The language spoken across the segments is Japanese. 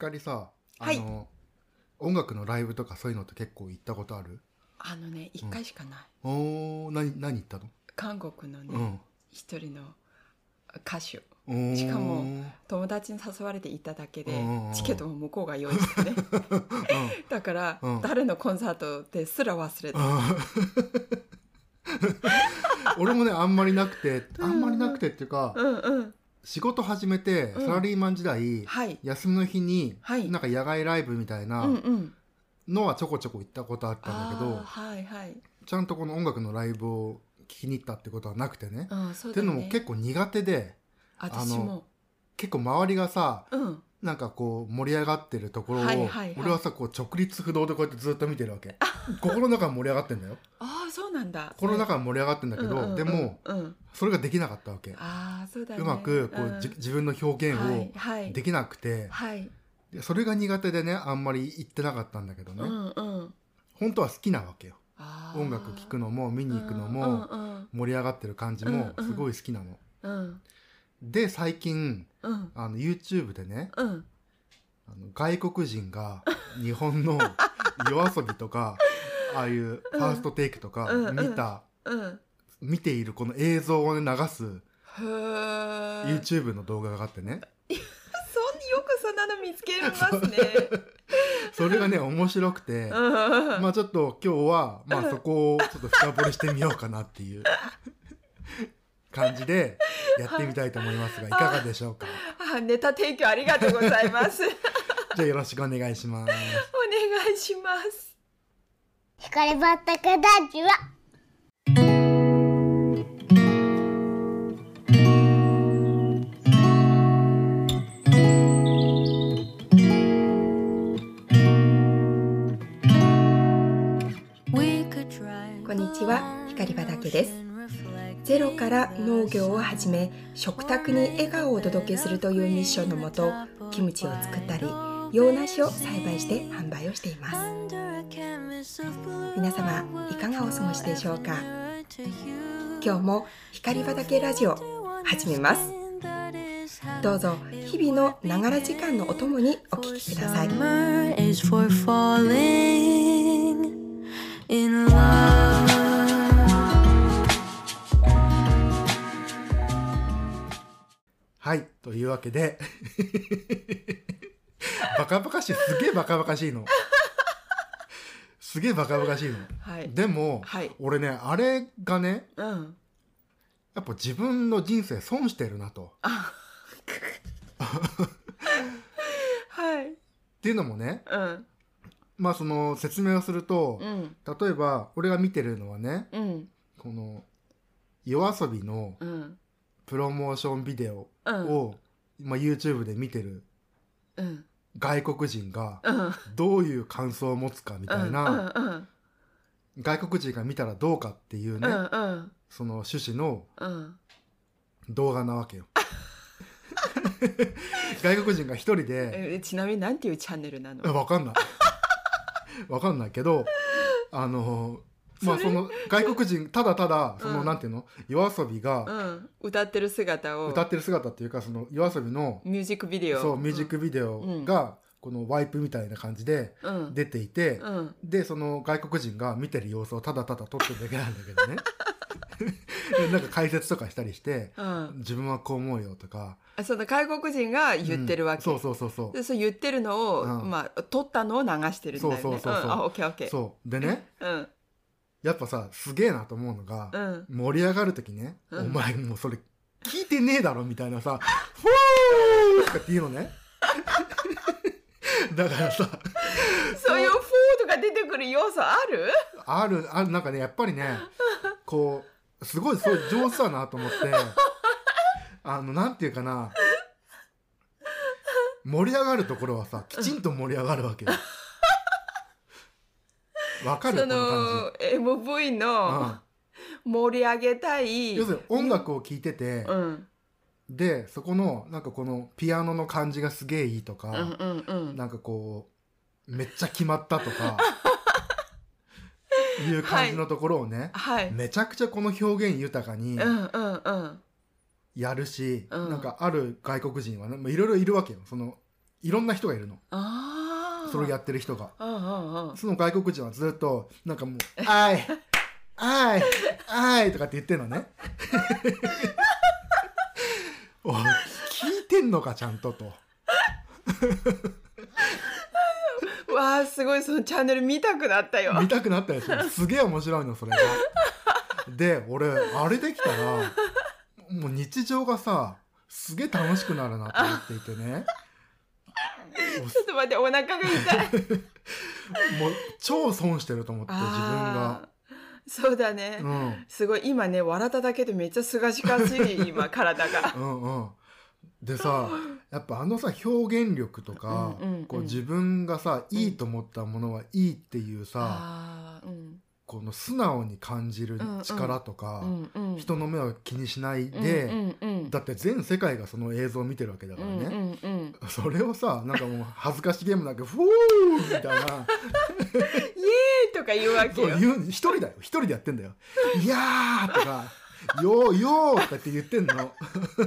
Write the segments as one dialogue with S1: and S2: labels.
S1: 光さ、
S2: はい。
S1: 音楽のライブとかそういうのって結構行ったことある？
S2: 一回しかない。
S1: 何行ったの？
S2: 韓国のね、
S1: うん。
S2: 一人の歌手。
S1: おー。
S2: しかも友達に誘われて行っただけで、
S1: うん
S2: チケットも向こうが用意してね。だから
S1: うん。
S2: 誰のコンサートですら忘れた。
S1: 俺もねあんまりなくてっていうか、
S2: うんうん。
S1: 仕事始めてサラリーマン時代、
S2: はい。
S1: 休みの日に
S2: はい
S1: なんか野外ライブみたい
S2: うん
S1: な
S2: うん。
S1: のはちょこちょこ行ったことあったんだけど、
S2: はいはい。
S1: ちゃんとこの音楽のライブを聞きに行ったってことはなくてね。っていうのも
S2: そうだね。
S1: 結構苦手で、
S2: 私も。
S1: 結構周りがさ、
S2: うん。
S1: なんかこう盛り上がってるところを、
S2: はいはいはい。
S1: 俺はさこう直立不動でこうやってずっと見てるわけ。心の中は盛り上がってんだよ。
S2: そうなんだ。
S1: 心の中は盛り上がってんだけど、でもそれができなかったわけ。
S2: そうだね。
S1: うまくこう、自分の表現をできなくて、でそれが苦手でねあんまり行ってなかったんだけどね、本当は好きなわけよ。音楽聴くのも見に行くのも、盛り上がってる感じもすごい好きなの。で最近、YouTube でね、外国人が日本の夜遊びとかああいうファーストテイクとか見ているこの映像を、ね、流す YouTube の動画があってね
S2: よくそんなの見つけますね。
S1: それがね面白くてまあちょっと今日は、まあ、そこをちょっと深掘りしてみようかなっていう感じでやってみたいと思いますがいかがでしょうか。
S2: ネタ提供ありがとうございます。
S1: じゃあよろしくお願いします。
S2: お願いします。
S3: 光畑ラジオ。
S2: こんにちは、光畑です。ゼロから農業を始め、食卓に笑顔をお届けするというミッションのもと、キムチを作ったり、洋梨を栽培して販売をしています。皆様いかがお過ごしでしょうか。今日も光畑ラジオ始めます。どうぞ日々のながら時間のお供にお聞きください。
S1: はい、というわけでバカバカしい、すげえバカバカしいのすげえバカバカしいの、でも、俺ねあれがね、やっぱ自分の人生損してるなとっていうのもね、まあその説明をすると、例えば俺が見てるのはね、この夜遊びのプロモーションビデオを、まあ、YouTube で見てる外国人がどういう感想を持つかみたいな、外国人が見たらどうかっていうね、その趣旨の動画なわけよ。外国人が一人で
S2: ちなみに何ていうチャンネルなの？
S1: わかんないけどまあその外国人ただただそのなんていうの、夜遊びが
S2: 歌ってる姿
S1: っていうか、その夜遊びの
S2: ミュージックビデオ、
S1: そうミュージックビデオがこのワイプみたいな感じで出ていて、でその外国人が見てる様子をただただ撮ってるだけなんだけどねなんか解説とかしたりして、自分はこう思うよとか、
S2: その外国人が言ってるわけ、
S1: そう
S2: でそう言ってるのを、まあ撮ったのを流してるんだよね。オッケー
S1: そうでね、やっぱさすげえなと思うのが、盛り上がる時ね、お前もうそれ聞いてねえだろみたいなさフォーとかっていうのねだからさ
S2: そういうフォーとか出てくる要素ある
S1: なんかねやっぱりねこうすごいそう上手だなと思ってなんていうかな、盛り上がるところはさきちんと盛り上がるわけよ。わかる？
S2: そのMV の盛り上げたい、
S1: 要するに音楽を聴いてて、でそこのなんかこのピアノの感じがすげえいいとか、なんかこうめっちゃ決まったとかいう感じのところをね、めちゃくちゃこの表現豊かにやるし、なんかある外国人はねいろいろいるわけよ。そのいろんな人がいるの。それをやってる人が。その外国人はずっとなんかもう「あいあいあい」とかって言ってんのね。おい聞いてんのかちゃんとと。
S2: わあすごい、そのチャンネル見たくなったよ。
S1: 見たくなったでしょ。すげえ面白いのそれが。で俺あれできたらもう日常がさすげえ楽しくなるなと思っていてね。
S2: ちょっと待って、お腹が痛い。
S1: もう超損してると思って自分が。
S2: そうだね、すごい今ね笑っただけでめっちゃすがしかしい今体が。
S1: でさやっぱさ表現力とか、こう自分がさいいと思ったものはいいっていうさ、この素直に感じる力とか、人の目を気にしないで、だって全世界がその映像を見てるわけだからね、それをさなんかもう恥ずかしげもなく「フォー!」みたいな「イエーイ!」
S2: とか言うわけよ。
S1: 一人だよ、一人でやってんだよ。「いやー!」とか「よーよー!」とかって言ってんの。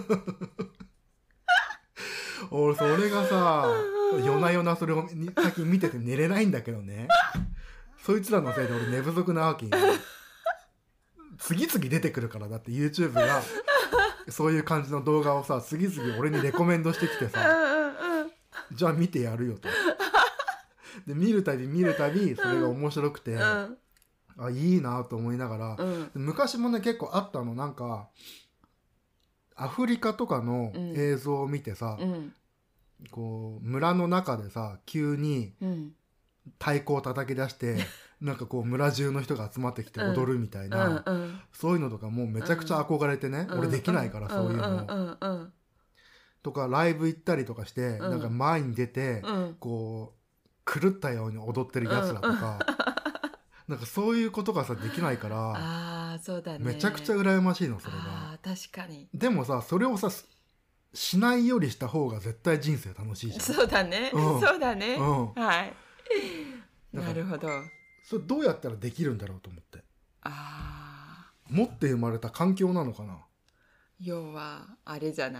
S1: 俺それがさ夜な夜なそれを最近見てて寝れないんだけどね。そいつらのせいで俺寝不足なわけよ。次々出てくるから。だって YouTube がそういう感じの動画をさ次々俺にレコメンドしてきてさじゃあ見てやるよと。で見るたびそれが面白くて、あいいなと思いながら、昔もね結構あったの。なんかアフリカとかの映像を見てさ、こう村の中でさ急に太鼓を叩き出してなんかこう村中の人が集まってきて踊るみたいな、そういうのとかもうめちゃくちゃ憧れてね、俺できないからそういうの、とかライブ行ったりとかして、なんか前に出て、こう狂ったように踊ってるやつらとか、なんかそういうことがさできないから、
S2: そうだね、
S1: めちゃくちゃ羨ましいのそれが。
S2: 確かに。
S1: でもさそれをさしないよりした方が絶対人生楽しいじゃん。
S2: そうだね、そうだね、はい。なるほど。
S1: それどうやったらできるんだろうと思って。持って生まれた環境なのかな。
S2: 要はあれじゃない、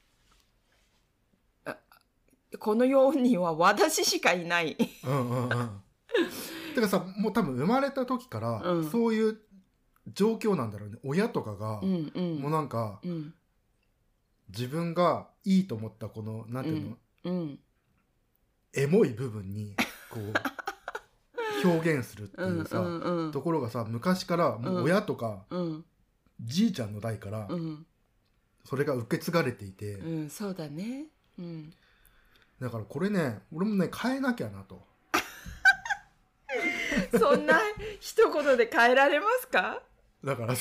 S2: この世には私しかいない。
S1: だからさもう多分生まれた時から、そういう状況なんだろうね。親とかが、もうなんか、自分がいいと思ったこのなんていうの、エモい部分にこう表現するっていうさところがさ昔からもう親とか、じいちゃんの代から、それが受け継がれていて、
S2: そうだね、
S1: だからこれね俺もね変えなきゃなと。
S2: そんな一言で変えられますか。
S1: だから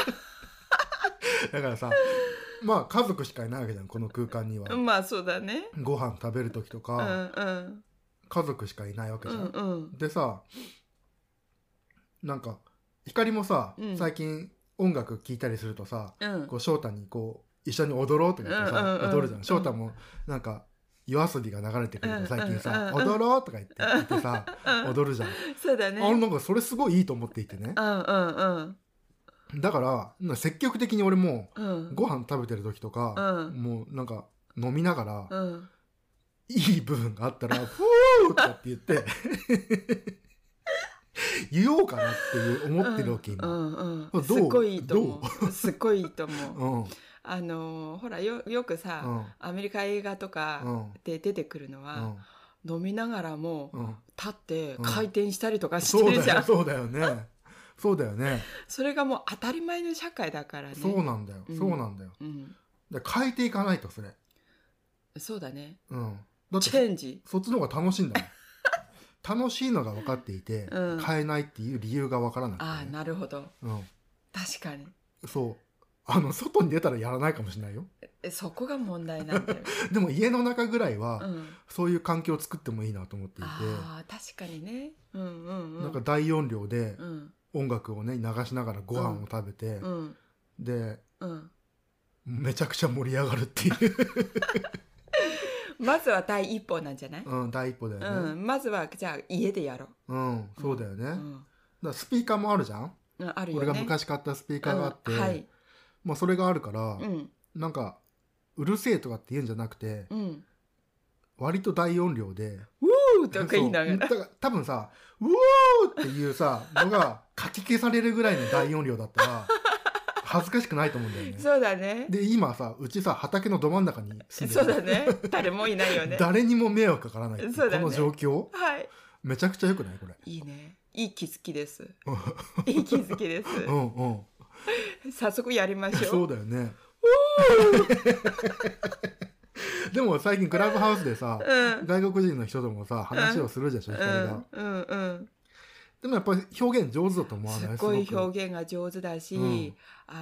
S1: さまあ家族しかいないわけじゃんこの空間には。
S2: まあそうだね。
S1: ご飯食べる時とか、家族しかいないわけじゃん、でさなんか光もさ、最近音楽聴いたりするとさ、こう翔太にこう一緒に踊ろうとか言ってさ、踊るじゃん。翔太もなんか夜遊びが流れてくると最近さ、踊ろうとか言ってさ踊るじゃん。
S2: そうだね。
S1: なんかそれすごいいいと思っていてね。だから積極的に俺もご飯食べてる時とか、もうなんか飲みながら、いい部分があったらフーとかって言って言おうかなって思ってるわけ今。
S2: すごいいいと思う。すごいいいと思う。ほら よくさ、アメリカ映画とかで出てくるのは、飲みながらも立って回転したりとかしてるじゃん。
S1: そうだよね。そうだよね。
S2: それがもう当たり前の社会だからね。
S1: そうなんだよ、そうなんだよ。だから変えていかないとそれ。
S2: そうだね。
S1: だって
S2: チェンジ。
S1: そっちの方が楽しいんだもん。楽しいのが分かっていて、変えないっていう理由が分からなくて、ね。
S2: なるほど。確かに。
S1: そう。外に出たらやらないかもしれないよ。
S2: そこが問題なんだよ。
S1: でも家の中ぐらいは、そういう環境を作ってもいいなと思っていて。
S2: 確かにね。
S1: なんか大音量で音楽をね流しながらご飯を食べて、で、めちゃくちゃ盛り上がるっていう。
S2: まずは第一歩なんじゃない？
S1: 第一歩だよね。
S2: まずはじゃあ家でやろう。
S1: そうだよね。だからスピーカーもあるじゃん。
S2: あるよね。
S1: 俺が昔買ったスピーカーがあって、まあそれがあるから、なんかうるせえとかって言うんじゃなくて、 割と大音量で
S2: ウーとか言いながら、
S1: だから多分さウォーっていうさのがかき消されるぐらいの大音量だったら恥ずかしくないと思うんだよね。
S2: そうだね。
S1: で今さうちさ畑のど真ん中に住んでる。
S2: そうだね。誰もいないよね。
S1: 誰にも迷惑かからないっていう、
S2: そうだね、
S1: この状況、
S2: はい、
S1: めちゃくちゃ良くないこれ。
S2: いいね。いい気づきです。いい気づきです。
S1: うんうん。
S2: 早速やりましょう。
S1: そうだよね。でも最近クラブハウスでさ、うん、外国人の人ともさ話をするでしょ、光が。うんうん。でもやっぱり表現上手だと思わない？
S2: すごい表現が上手だし、うん、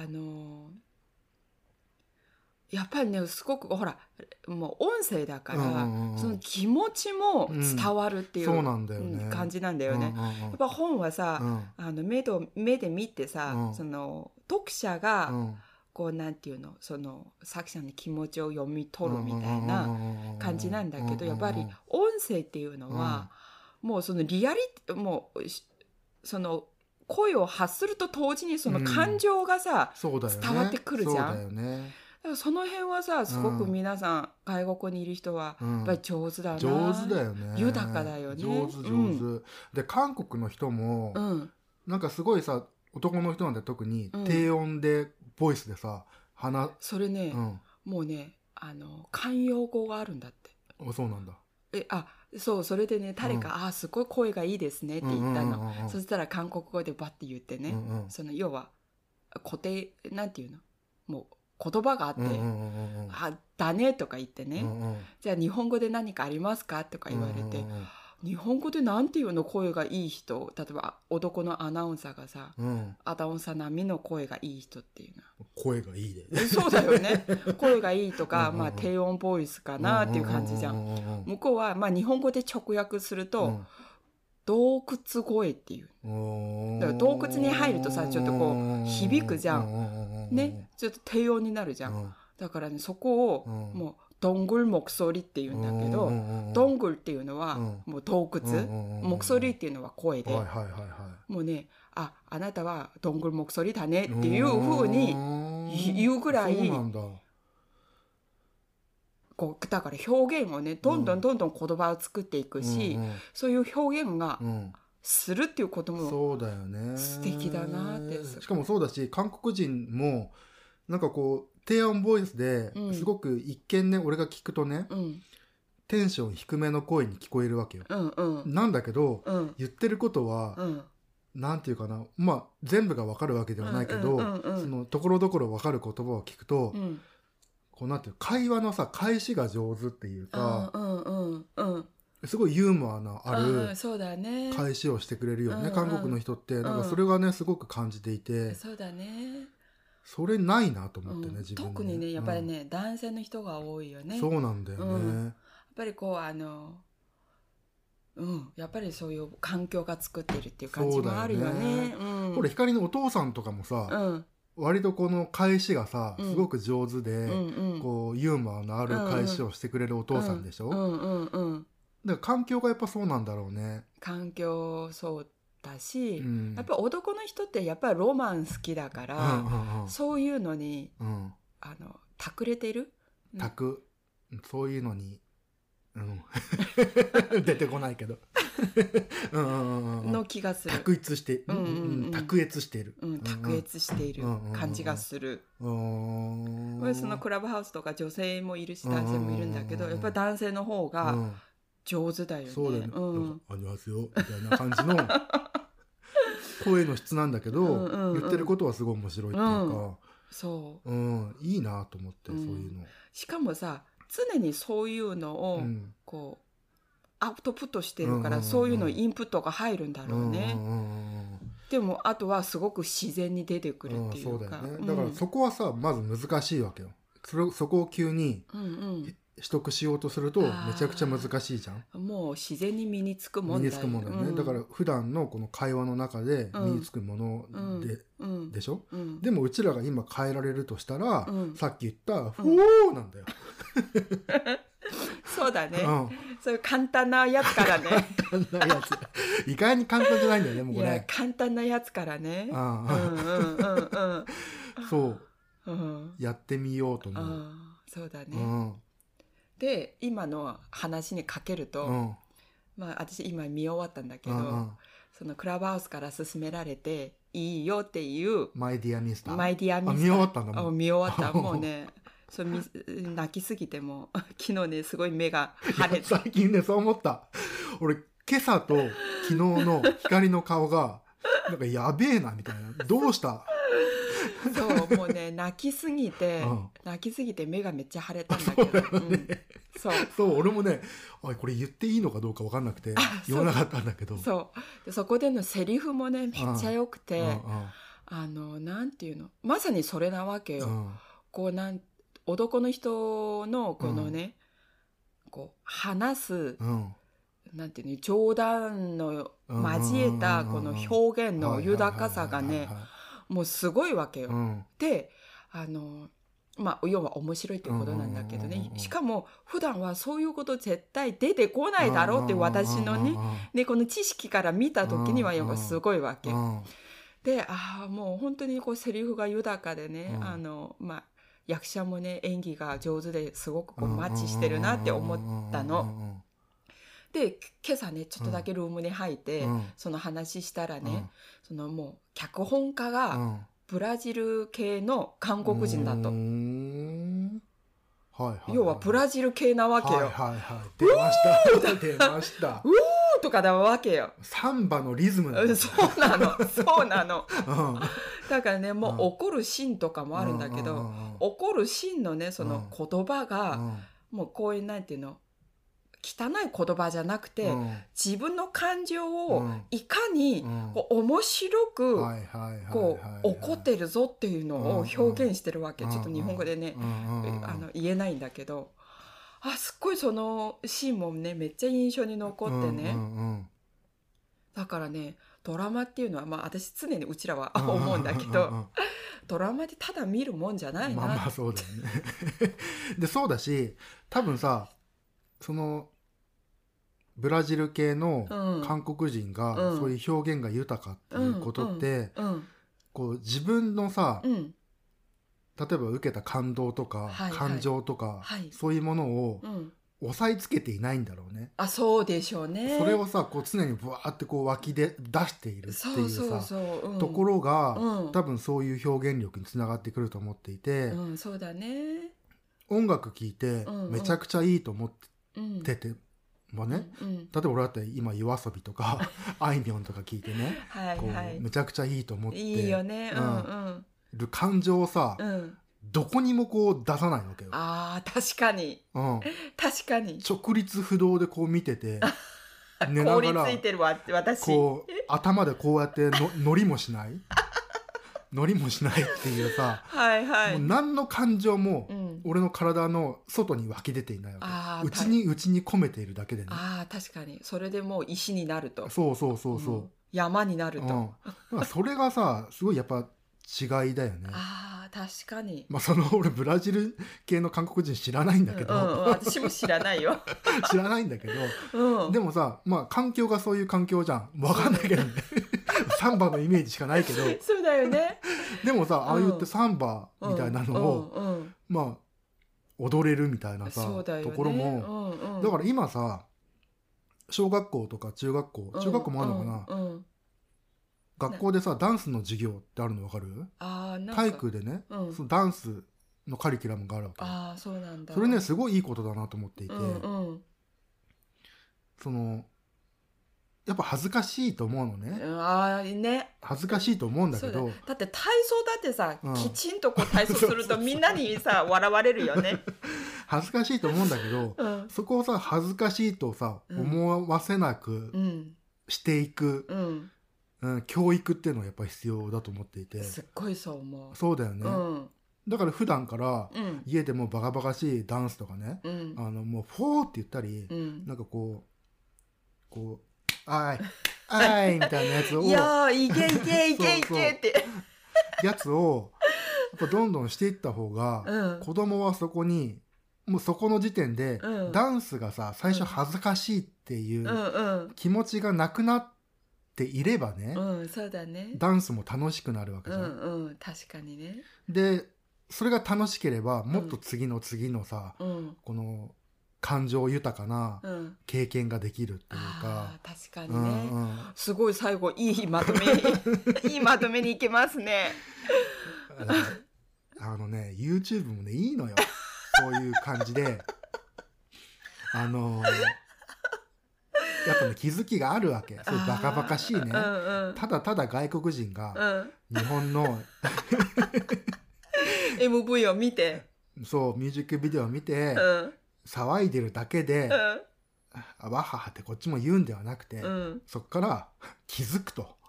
S2: やっぱりねすごくほらもう音声だから、その気持ちも伝わるっていう、そうなんだよね、感じなんだよね。やっぱ本はさ、目で見てさ、その読者が、こうなんていうの、その作者の気持ちを読み取るみたいな感じなんだけど、やっぱり音声っていうのは、もうそのリアリティ、もうその声を発すると同時にその感情がさ、伝わってくるじゃん。そうだよね。だからその辺はさ、すごく皆さん、外国にいる人はやっぱり上手だな、
S1: 上手だよね、
S2: 豊かだよね、
S1: 上手、で韓国の人も、なんかすごいさ、男の人なんて特に低音でボイスでさ
S2: それね、もうね慣用語があるんだって。
S1: そうなんだ。
S2: そう、それでね、誰か、すごい声がいいですねって言ったの。そしたら韓国語でバッて言ってね、その要は固定なんていうの、もう言葉があって、だねとか言ってね、じゃあ日本語で何かありますかとか言われて、日本語でなんていうの、声がいい人、例えば男のアナウンサーがさ、アナウンサー並みの声がいい人っていうのは
S1: 声がいいで
S2: そうだよね。声がいいとか、まあ低音ボイスかなっていう感じじゃん。向こうはまあ日本語で直訳すると、洞窟声っていう。だから洞窟に入るとさ、ちょっとこう響くじゃん。ね、ちょっと低音になるじゃん。だからね、そこをもうドングル목소리っていうんだけど、ドングルっていうのはもう洞窟、목소리っていうのは声で、もうね、あなたはドングル목소리だねっていう風に言うぐらい、こうだから表現をね、どんどん言葉を作っていくし、そういう表現がするっていうことも
S1: そうだよね、
S2: 素敵だなって。
S1: しかもそうだし、韓国人もなんかこう低音ボイスですごく一見ね、俺が聞くとね、テンション低めの声に聞こえるわけよ、なんだけど、言ってることは、なんていうかな、まあ全部が分かるわけではないけど、そのところどころ分かる言葉を聞くと、こうなんていう会話のさ返しが上手っていうか、すごいユーモアのある返しをしてくれるよね、韓国の人って。なんかそれがねすごく感じていて、
S2: そうだね、
S1: それないなと思ってね、自分で。
S2: 特にね、やっぱりね、男性の人が多いよね。
S1: そうなんだよね。やっ
S2: ぱりこうやっぱりそういう環境が作ってるっていう感じもあるよね。
S1: これ光のお父さんとかもさ、割とこの返しがさすごく上手で、こうユーモアのある返しをしてくれるお父さんでしょ。だから環境がやっぱそうなんだろうね。
S2: 環境そうだし、やっぱ男の人ってやっぱりロマン好きだから、そういうのに、託れてる、
S1: そういうのに、出てこないけど
S2: の気がする。
S1: 卓越している
S2: 感じがする。そのクラブハウスとか女性もいるし男性もいるんだけど、やっぱり男性の方が上手だよね。
S1: そうだよね。ありますよみたいな感じの声の質なんだけど、言ってることはすごい面白いっていうか、いいなと思って、そういうの。し
S2: かもさ、常にそういうのをこうアウトプットしてるから、そういうのインプットが入るんだろうね。でもあとはすごく自然に出てくるっていうか、
S1: そうだよね。だからそこはさ、まず難しいわけよ。そこを急に取得しようとするとめちゃくちゃ難しいじゃん。
S2: もう自然に身につくもんだよね。
S1: だから普段のこの会話の中で身につくものでしょ。でもうちらが今変えられるとしたら、さっき言ったフォーなんだよ。
S2: そうだね、そういう簡単なやつからね。
S1: 簡単なやつ意外に簡単じゃないんだよね、もうこれ。いや、
S2: 簡単なやつからね。
S1: そう、やってみようと思う。
S2: そうだね。 で今の話にかけると、まあ私今見終わったんだけど、そのクラブハウスから勧められていいよっていう
S1: マイディアミスター。
S2: マイディアミスター。
S1: 見終わったんだもん。
S2: 見終わった。もうね、泣きすぎても昨日ねすごい目が腫れて。
S1: 最近ねそう思った。俺今朝と昨日の光の顔がなんかやべえなみたいな。どうした？
S2: そうもうね泣きすぎて目がめっちゃ腫れたんだけど。
S1: そう俺もねこれ言っていいのかどうか分かんなくて言わなかったんだけど。
S2: そこでのセリフもねめっちゃ良くて、なんていうのまさにそれなわけよ。こう男の人のこのね、こう話す、なんていうの冗談の交えたこの表現の豊かさがねもうすごいわけよ。でまあ要は面白いってことなんだけどね、しかも普段はそういうこと絶対出てこないだろうって私のねこの知識から見た時にはやっぱすごいわけ。でもう本当にこうセリフが豊かでね、まあ役者もね演技が上手ですごくこうマッチしてるなって思ったの。で今朝ねちょっとだけルームに入って、その話したらね、そのもう脚本家がブラジル系の韓国人だと。要はブラジル系なわけよ。
S1: 出ました。
S2: うーとかだわけよ。
S1: サンバのリズムな
S2: の。そうなの。だからねもう怒るシーンとかもあるんだけど、怒るシーンのねその言葉がもうこういうなんていうの汚い言葉じゃなくて、自分の感情をいかにこう面白くこう怒ってるぞっていうのを表現してるわけ。ちょっと日本語でね言えないんだけど、すっごいそのシーンもねめっちゃ印象に残ってね。だからねドラマっていうのはまあ私常にうちらは思うんだけど、ドラマでただ見るもんじゃないな。
S1: まあそうだよね。でそうだし多分さそのブラジル系の韓国人がそういう表現が豊かっていうことってこう自分のさ、例えば受けた感動とか感情とかそういうものを押さえつけていないんだろうね。
S2: そうでしょうね。
S1: それをさこう常にブワーってこう湧きで出しているっていうさところが多分そういう表現力につながってくると思っていて、
S2: そうだね。
S1: 音楽聴いてめちゃくちゃいいと思っててもね、例えば俺だって今YOASOBIとかあいみょんとか聞いてねこうめちゃくちゃいいと思っていいよね、る感情をさ、どこにもこう出さないわけよ。
S2: 確かに、確かに
S1: 直立不動でこう見てて寝ながら
S2: 凍りついてるわ私
S1: こう頭でこうやって乗りもしない乗りもしないっていうさもう何の感情も俺の体の外に湧き出ていないわけ。内に込めているだけでね。
S2: 確かにそれでもう石になると。
S1: そう、
S2: 山になると、
S1: だからそれがさすごいやっぱ違いだよね。
S2: 確かに。
S1: その俺ブラジル系の韓国人知らないんだけど、
S2: 私も知らないよ
S1: 知らないんだけど、でもさ環境がそういう環境じゃん。分かんないけどねサンバのイメージしかないけど
S2: そうだよね。
S1: でもさああ言ってサンバみたいなのを踊れるみたいなさところもだから今さ小学校とか中学校もあるのかな、学校でさダンスの授業ってあるの分かる？体育でね、そのダンスのカリキュラムがあるわけ。
S2: そうなんだ。
S1: それねすごいいいことだなと思っていて、そのやっぱ恥ずかしいと思うのね。恥ずかしいと思うんだけど、
S2: だって体操だってさ、きちんとこう体操するとみんなにさ笑われるよね
S1: 恥ずかしいと思うんだけど、そこをさ恥ずかしいとさ、思わせなくしていく、教育っていうのはやっぱり必要だと思っていて。
S2: すっごいそう思う。
S1: そうだよね、だから普段から家でもバカバカしいダンスとかね、もうフォーって言ったり、なんかこうあいみたいなやつを
S2: いやいけって
S1: やつをやっぱどんどんしていった方が、子供はそこにもうそこの時点で、ダンスがさ最初恥ずかしいっていう気持ちがなくなっていればね、
S2: そうだね、
S1: ダンスも楽しくなるわけじゃん。
S2: 確かにね。
S1: でそれが楽しければもっと次のさ、この感情豊かな経験ができるっていうか、
S2: 確かにね、すごい最後いいまとめにいいまとめにいけますね。
S1: YouTube もねいいのよ、そういう感じでやっぱね気づきがあるわけ。そういうバカバカしいね、ただただ外国人が日本の、
S2: MV を見て、
S1: そうミュージックビデオを見て、騒いでるだけで、わははってこっちも言うんではなくて、そっから気づくと。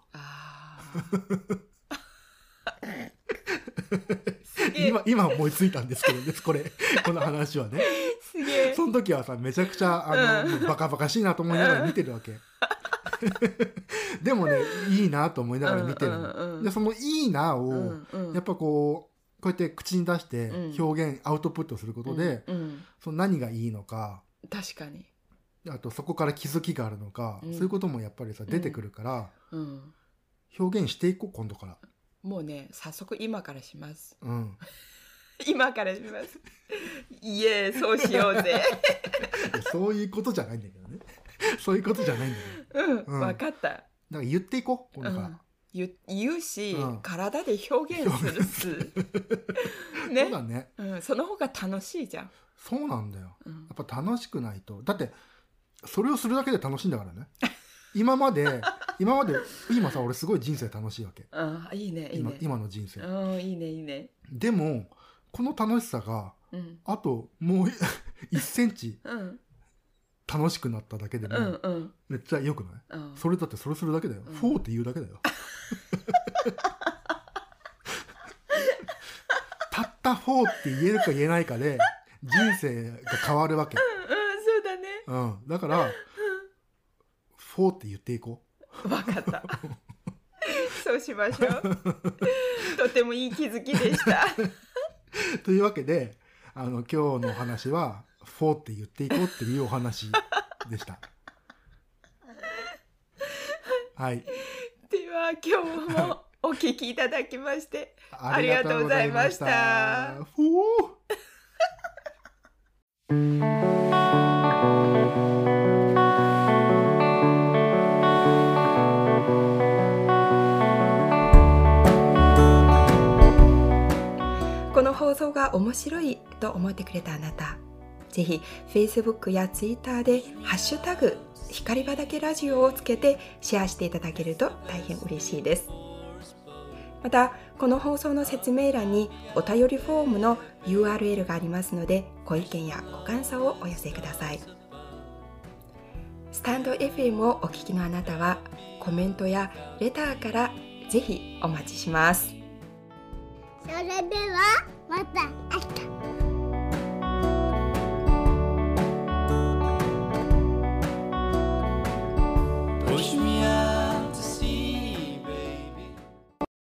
S1: 今思いついたんですけどね、この話はね。
S2: すげえ。
S1: その時はさめちゃくちゃバカバカしいなと思いながら見てるわけ。でもねいいなと思いながら見てるの。でそのいいなを、やっぱこうやって口に出して表現、アウトプットすることで、その何がいいのか、
S2: 確かに、
S1: あとそこから気づきがあるのか、そういうこともやっぱりさ出てくるから、表現していこう今度から。
S2: もうね早速今からします。今からします。いえそうしようぜ。
S1: そういうことじゃないんだけどね。そういうことじゃないんだけど。
S2: 分かった。
S1: だから言っていこう今度から。
S2: 言うし、体で表現するっす。ね。
S1: そうだね。
S2: その方が楽しいじゃん。
S1: そうなんだよ。やっぱ楽しくないと。だってそれをするだけで楽しいんだからね。今まで今さ俺すごい人生楽しいわけ。
S2: いいねいいね。
S1: 今の人生。
S2: いいねいいね。
S1: でもこの楽しさが、あともう1センチ楽しくなっただけでも、めっちゃ良くない？それだってそれするだけだよ。フォーって言うだけだよ。たったフォーって言えるか言えないかで人生が変わるわけ。
S2: そうだね。
S1: だからフォーって言っていこ
S2: う。分かった。そうしましょう。とてもいい気づきでした。
S1: というわけで今日のお話はフォーって言っていこうっていうお話でした。はい。
S2: では今日もお聞きいただきましてありがとうございました。
S1: フォー
S2: この放送が面白いと思ってくれたあなた、ぜひ Facebook や Twitter でハッシュタグ光畑ラジオをつけてシェアしていただけると大変嬉しいです。またこの放送の説明欄にお便りフォームの URL がありますので、ご意見やご感想をお寄せください。スタンド FM をお聞きのあなたはコメントやレターからぜひお待ちします。
S3: それではまた明日。